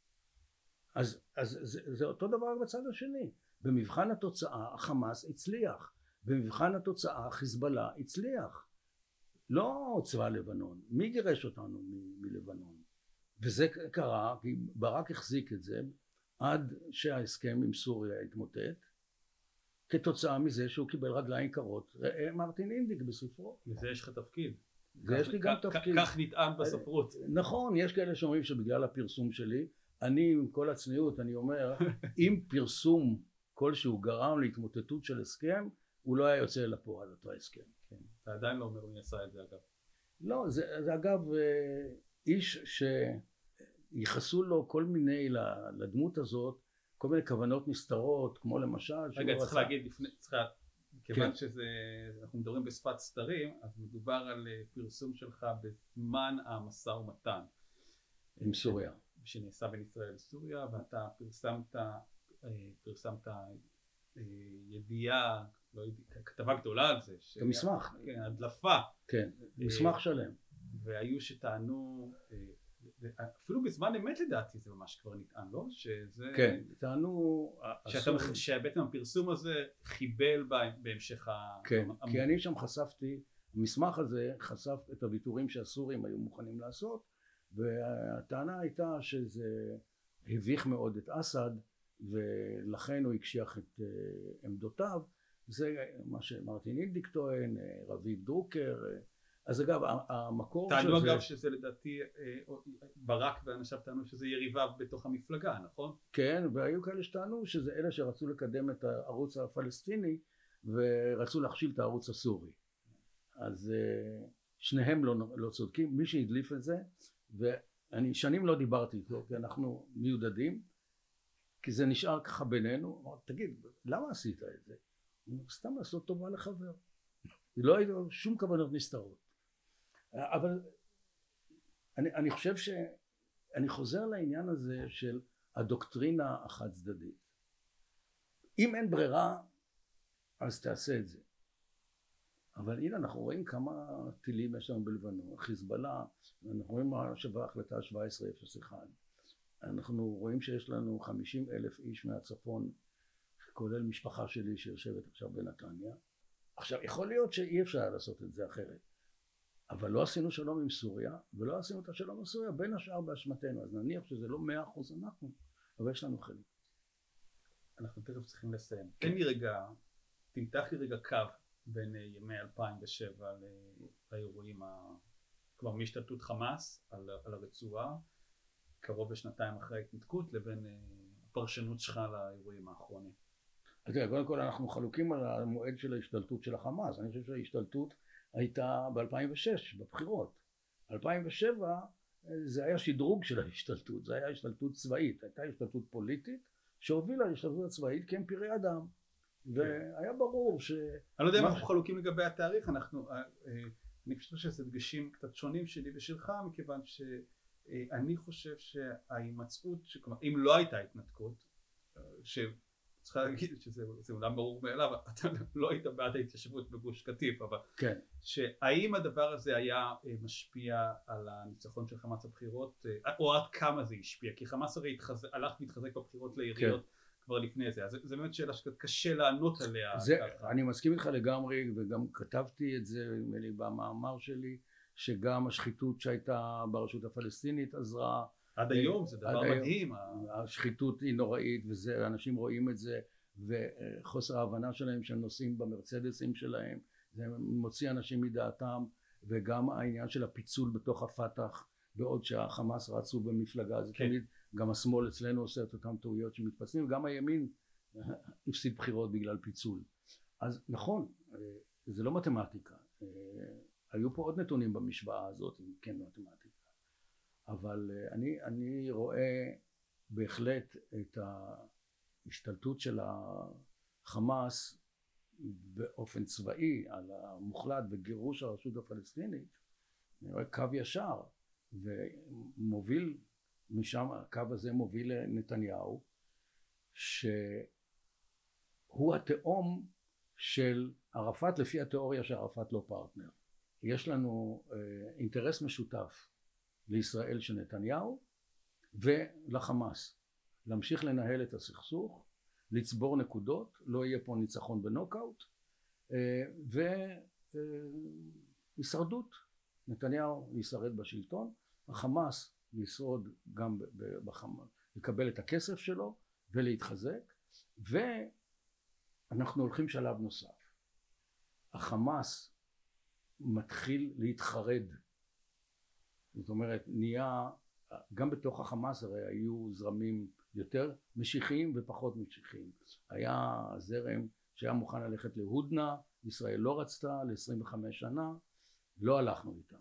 אז זה אותו דבר בצד השני. במבחן התוצאה החמאס הצליח, במבחן התוצאה חיזבאללה הצליח, לא צבא לבנון. מי גירש אותנו מלבנון? וזה קרה כי ברק החזיק את זה עד שההסכם עם סוריה התמוטט, כתוצאה מזה שהוא קיבל רגליים קרות. מרטין אינדיק בספרו. לזה יש לך תפקיד. יש לי גם תפקיד. כך נטען בספרות. נכון, יש כאלה שאומרים שבגלל הפרסום שלי, אני עם כל הצניעות אני אומר, אם פרסום כלשהו גרם להתמוטטות של הסכם, הוא לא היה יוצא לפועל אותו הסכם. כן. אתה עדיין לא אומר מי עשה את זה אגב. לא, זה אגב איש שיחסו לו כל מיני לדמות הזאת, כל מיני כוונות נסתרות, כמו למשל... רגע, צריך להגיד לפני, כיוון שאנחנו מדברים בשפת סתרים, אז מדובר על פרסום שלך בזמן המשא ומתן. עם סוריה. שנעשה בין ישראל לסוריה, ואתה פרסמת ידיעה, כתבה גדולה על זה. כמסמך. כן, הדלפה. כן, מסמך שלם. והיו שטענו... אפילו בזמן אמת לדעתי זה ממש כבר נטען, לא? שזה... כן, טענו... שבעצם הפרסום הזה חיבל בהמשך כן, כי אני שם חשפתי, המסמך הזה חשף את הוויתורים שהסורים היו מוכנים לעשות, והטענה הייתה שזה הביך מאוד את אסד, ולכן הוא הקשיח את עמדותיו. זה מה שמרטין אינדיק טוען, רביב דרוקר. אז אגב המקור של זה... טענו אגב שזה לדעתי ברק ואנשיו טענו שזה יריביו בתוך המפלגה, נכון? כן, והיו כאלה שטענו שזה אלה שרצו לקדם את הערוץ הפלסטיני ורצו להכשיל את הערוץ הסורי. אז שניהם לא צודקים. מי שהדליף את זה, ואני שנים לא דיברתי איתו כי אנחנו מיודדים, כי זה נשאר ככה בינינו. אמרתי, תגיד, למה עשית את זה? סתם לעשות טובה לחבר. לא היו שום כוונות נסתרות. אבל אני חושב שאני חוזר לעניין הזה של הדוקטרינה החד צדדית. אם אין ברירה, אז תעשה את זה. אבל הנה אנחנו רואים כמה טילים יש לנו בלבנון, חיזבאללה, אנחנו רואים מה שווה החלטה 1701. אנחנו רואים שיש לנו 50,000 איש מהצפון, כולל משפחה שלי שיושבת עכשיו בנתניה. עכשיו יכול להיות שאי אפשר לעשות את זה אחרת, אבל לא עשינו שלום עם סוריה, ולא עשינו את השלום עם סוריה בין השאר באשמתנו, אז נניח שזה לא 100% אנחנו, אבל יש לנו חלק. אנחנו תכף צריכים לסיים. תן לי רגע, תמתח לי רגע קו בין ימי 2007 לאירועים, כבר מהשתלטות חמאס על הרצועה, קרוב לשנתיים אחרי ההתנתקות, לבין הפרשנות שלך לאירועים האחרונים. אז קודם כל אנחנו חלוקים על המועד של ההשתלטות של החמאס. אני חושב שההשתלטות הייתה ב-2006 בבחירות. 2007 זה היה שדרוג של ההשתלטות, זה היה השתלטות צבאית, הייתה השתלטות פוליטית שהובילה להשתלטות הצבאית כי הם פראי אדם, והיה ברור ש... אני לא יודע אם אנחנו חלוקים לגבי התאריך, אני חושב שזה דגשים קצת שונים שלי ושלך, מכיוון שאני חושב שההימצאות, אם לא הייתה התנתקות, צריכה להגיד שזה אולי ברור מאליו, אתה לא היית בעד ההתיישבות בגוש קטיף, אבל כן. שהאם הדבר הזה היה משפיע על הניצחון של חמאס בבחירות, או עד כמה זה השפיע, כי חמאס הרי הלך והתחזק בבחירות לעיריות כן. כבר לפני זה, אז זה באמת שאלה שקשה לענות עליה. אני מסכים איתך לגמרי, וגם כתבתי את זה במאמר שלי, שגם השחיתות שהייתה ברשות הפלסטינית עזרה, עד היום זה דבר מדהים. השחיתות היא נוראית, וזה, אנשים רואים את זה, וחוסר ההבנה שלהם שהם נוסעים במרצדסים שלהם, זה מוציא אנשים מדעתם, וגם העניין של הפיצול בתוך הפתח, בעוד שהחמאס רצו במפלגה, זה תמיד, גם השמאל אצלנו עושה את אותם טעויות שמתפסים, וגם הימין הפסיד בחירות בגלל פיצול. אז נכון, זה לא מתמטיקה, היו פה עוד נתונים במשוואה הזאת, אם כן מתמטיקה. אבל אני רואה בהחלט את ההשתלטות של החמאס באופן צבאי על המוחלט וגירוש הרשות הפלסטינית, אני רואה קו ישר ומוביל משם, הקו הזה מוביל לנתניהו שהוא התאום של ערפאת, לפי התיאוריה שערפאת לא פרטנר. יש לנו אינטרס משותף לישראל של נתניהו ולחמאס, להמשיך לנהל את הסכסוך, לצבור נקודות, לא יהיה פה ניצחון בנוקאוט, והישרדות, נתניהו ישרד בשלטון, החמאס לשרוד גם בחמאס, לקבל את הכסף שלו ולהתחזק, ואנחנו הולכים שלב נוסף, החמאס מתחיל להתחרד, זאת אומרת נהיה, גם בתוך החמאס הרי היו זרמים יותר משיחיים ופחות משיחיים, היה זרם שהיה מוכן ללכת להודנה, ישראל לא רצתה ל-25 שנה, לא הלכנו איתם,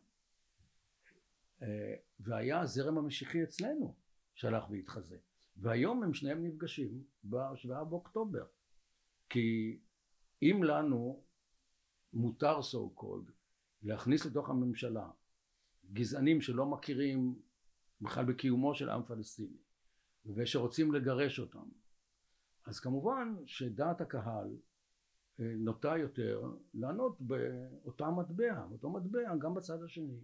והיה הזרם המשיחי אצלנו שהלך והתחזק, והיום הם שניהם נפגשים ב7 באוקטובר, כי אם לנו מותר so called להכניס לתוך הממשלה גזענים שלא מכירים בכלל בקיומו של עם פלסטיני ושרוצים לגרש אותם, אז כמובן שדעת הקהל נוטה יותר לענות באותה מטבע, באותו מטבע גם בצד השני,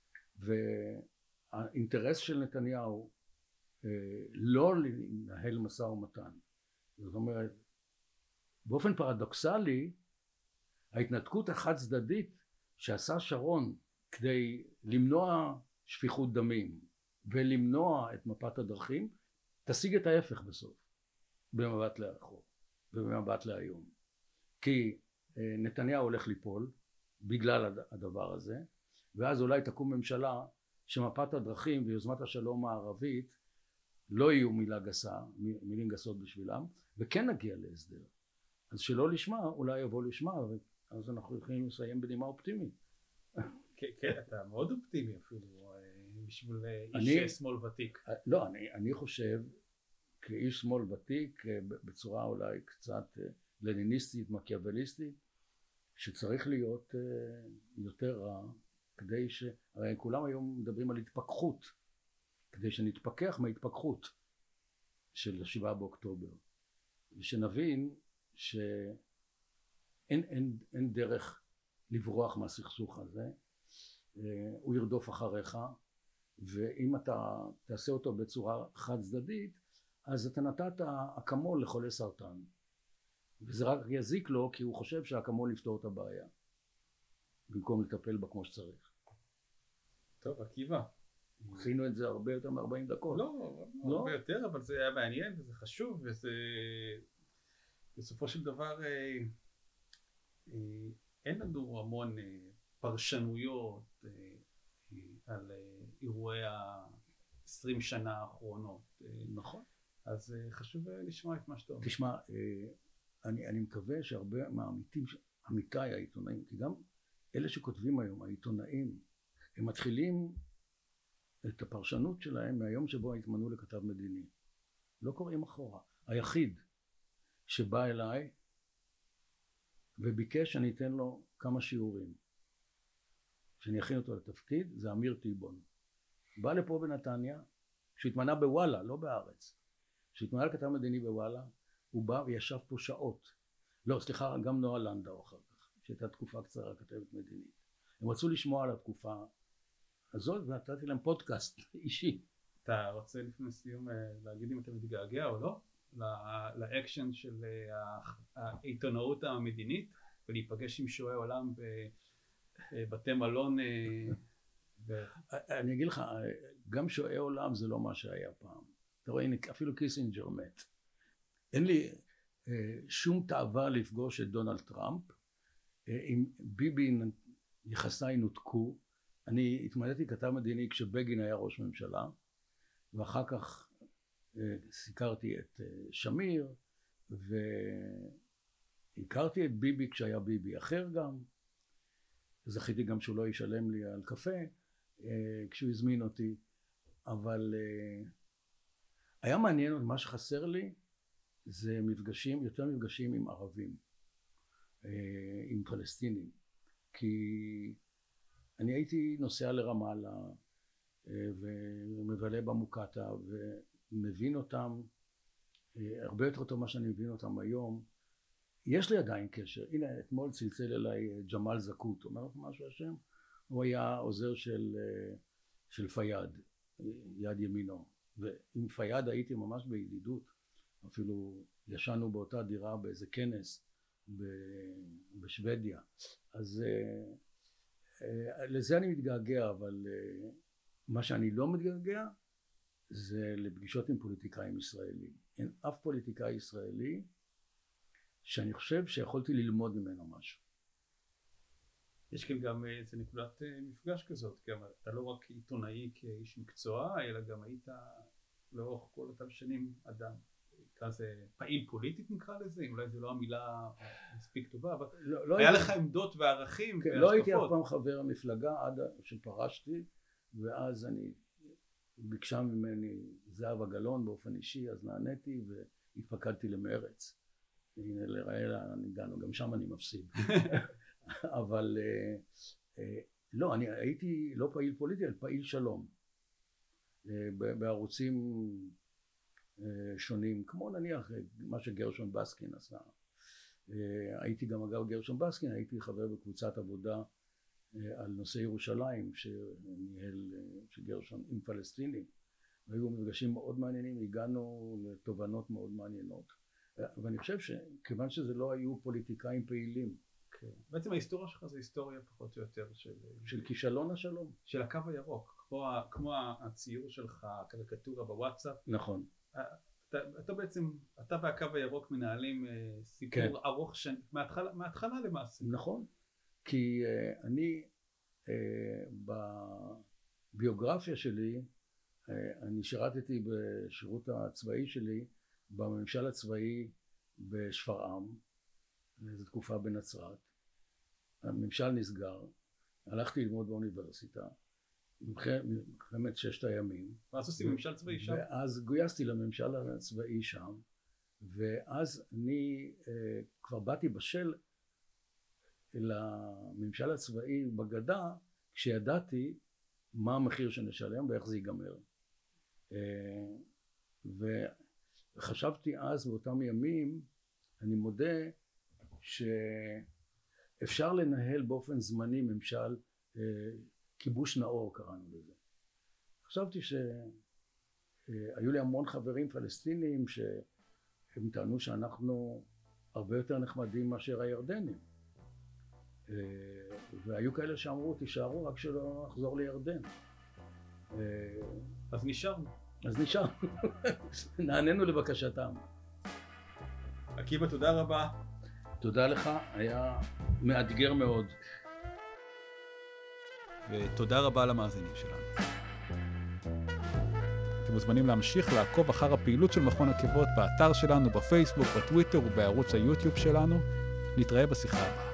והאינטרס של נתניהו לא לנהל משא ומתן, זאת אומרת באופן פרדוקסלי ההתנתקות החד צדדית שעשה שרון כדי למנוע שפיכות דמים ולמנוע את מפת הדרכים תשיג את ההפך בסוף במבט לאחור ובמבט להיום, כי נתניהו הולך ליפול בגלל הדבר הזה, ואז אולי תקום ממשלה שמפת הדרכים ויוזמת השלום הערבית לא יהיו מילה גסה, מילים גסות בשבילם, וכן נגיע להסדר. אז שלא לשמה אולי יבוא לשמה, אז אנחנו יכולים לסיים בנימה אופטימית. כן, אתה מאוד אופטימי אפילו בשביל איש שמאל ותיק. לא, אני חושב, כאיש שמאל ותיק, בצורה אולי קצת לניניסטית, מקיאווליסטית, שצריך להיות יותר רע, כדי הרי כולם היום מדברים על התפכחות, כדי שנתפכח מההתפכחות של 7 באוקטובר, ושנבין שאין דרך לברוח מהסכסוך הזה, הוא ירדוף אחריך, ואם אתה תעשה אותו בצורה חד צדדית, אז אתה נתת אקמול לחולה סרטן, וזה רק יזיק לו, כי הוא חושב שהאקמול יפתור את הבעיה, במקום לטפל בה כמו שצריך. טוב, עקיבא. עשינו את זה הרבה יותר מ-40 דקות. לא, הרבה יותר, אבל זה היה מעניין וזה חשוב, וזה בסופו של דבר אין לנו המון פרשנויות על אירועי ה-20 שנה האחרונות. נכון. אז חשוב לשמוע את מה שאתה אומר. תשמע, אני מקווה שהרבה מהעמיתים, עמיתיי העיתונאים, כי גם אלה שכותבים היום, העיתונאים, הם מתחילים את הפרשנות שלהם מהיום שבו התמנו לכתב מדיני. לא קוראים אחורה. היחיד שבא אליי וביקש שאני אתן לו כמה שיעורים, שאני אכין אותו לתפקיד, זה אמיר טיבון. בא לפה בנתניה, שהתמנה בוואלה, לא בארץ. שהתמנה לכתב מדיני בוואלה, הוא בא וישב פה שעות. לא, סליחה, גם נועה לנדאו אחר כך, שהייתה תקופה קצרה כתבת מדינית. הם רצו לשמוע על התקופה הזאת, ונתתי להם פודקאסט אישי. אתה רוצה לפני סיום להגיד אם אתה מתגעגע או לא? לאקשן של העיתונאות המדינית, ולהיפגש עם שועי עולם בבתי מלון? אני אגיד לך, גם שועי עולם זה לא מה שהיה פעם. אתה רואה, אפילו קיסינג'ר מת. אין לי שום תאווה לפגוש את דונלד טראמפ. עם ביבי יחסיי נותקו. אני התמניתי כתב מדיני כשבגין היה ראש ממשלה, ואחר כך סיקרתי את שמיר, והכרתי את ביבי כשהיה ביבי אחר גם. זכיתי גם שהוא לא ישלם לי על קפה כשהוא הזמין אותי, אבל היה מעניין, מה שחסר לי זה מפגשים, יותר מפגשים עם ערבים, עם פלסטינים, כי אני הייתי נוסע לרמאללה ומבלה במוקטעה ומבין אותם הרבה יותר טוב מה שאני מבין אותם היום. יש לי עדיין קשר. הנה, אתמול צלצל אליי ג'מאל זקוט, אומר לך משהו השם? הוא היה עוזר של פייד, יד ימינו, ועם פייד הייתי ממש בידידות, אפילו ישנו באותה דירה באיזה כנס בשוודיה. אז לזה אני מתגעגע, אבל מה שאני לא מתגעגע זה לפגישות עם פוליטיקאים ישראלים. אין אף פוליטיקאי ישראלי שאני חושב שיכולתי ללמוד ממנו משהו. יש כאן גם איזה נקודת מפגש כזאת, גם אתה לא רק עיתונאי כאיש מקצוע, אלא גם היית לאורך כל אותם שנים אדם, כזה פעיל פוליטית נקרא לזה, אולי זו לא המילה מספיק טובה, אבל היה לך עמדות וערכים והשקפות. לא הייתי אף פעם חבר המפלגה עד שפרשתי, ואז אני ביקשה ממני זהבה גלאון באופן אישי, אז נעניתי והתפקדתי למרץ. הנה לראה לאן הגענו, גם שם אני מפסיד. אבל לא, אני הייתי לא פעיל פוליטי, אלא פעיל שלום. בערוצים שונים, כמו נניח מה שגרשון בסקין עשה. הייתי גם אגב גרשון בסקין, הייתי חבר בקבוצת עבודה על נושא ירושלים שניהל גרשון עם פלסטינים. והיו מפגשים מאוד מעניינים, הגענו לתובנות מאוד מעניינות. ואני חושב שכיוון שזה לא היו פוליטיקאים פעילים. כן. בעצם ההיסטוריה שלך זה היסטוריה פחות או יותר של כישלון השלום. של הקו הירוק, כמו הציור שלך, הקריקטורה בוואטסאפ. נכון. אתה בעצם, אתה והקו הירוק מנהלים סיפור כן. ארוך מההתחלה למעשה. נכון, כי אני בביוגרפיה שלי, אני שירתתי בשירות הצבאי שלי, בממשל הצבאי בשפרעם, זו תקופה בנצרת. הממשל נסגר, הלכתי ללמוד באוניברסיטה, מלחמת ששת הימים. ואז עושים ממשל צבאי שם? ואז גויסתי לממשל הצבאי שם, ואז אני כבר באתי בשל לממשל הצבאי בגדה, כשידעתי מה המחיר שנשלם ואיך זה ייגמר. וחשבתי אז באותם ימים, אני מודה שאפשר לנהל באופן זמני ממשל, כיבוש נאור קראנו לזה. חשבתי שהיו לי המון חברים פלסטינים שהם טענו שאנחנו הרבה יותר נחמדים מאשר הירדנים. והיו כאלה שאמרו תישארו רק שלא נחזור לירדן. אז נשארנו. נענינו לבקשתם. עקיבא, תודה רבה. תודה לך, היה מאתגר מאוד. ותודה רבה למאזינים שלנו. אתם מוזמנים להמשיך לעקוב אחר הפעילות של מכון עקבות באתר שלנו, בפייסבוק, בטוויטר ובערוץ היוטיוב שלנו. נתראה בשיחה הבאה.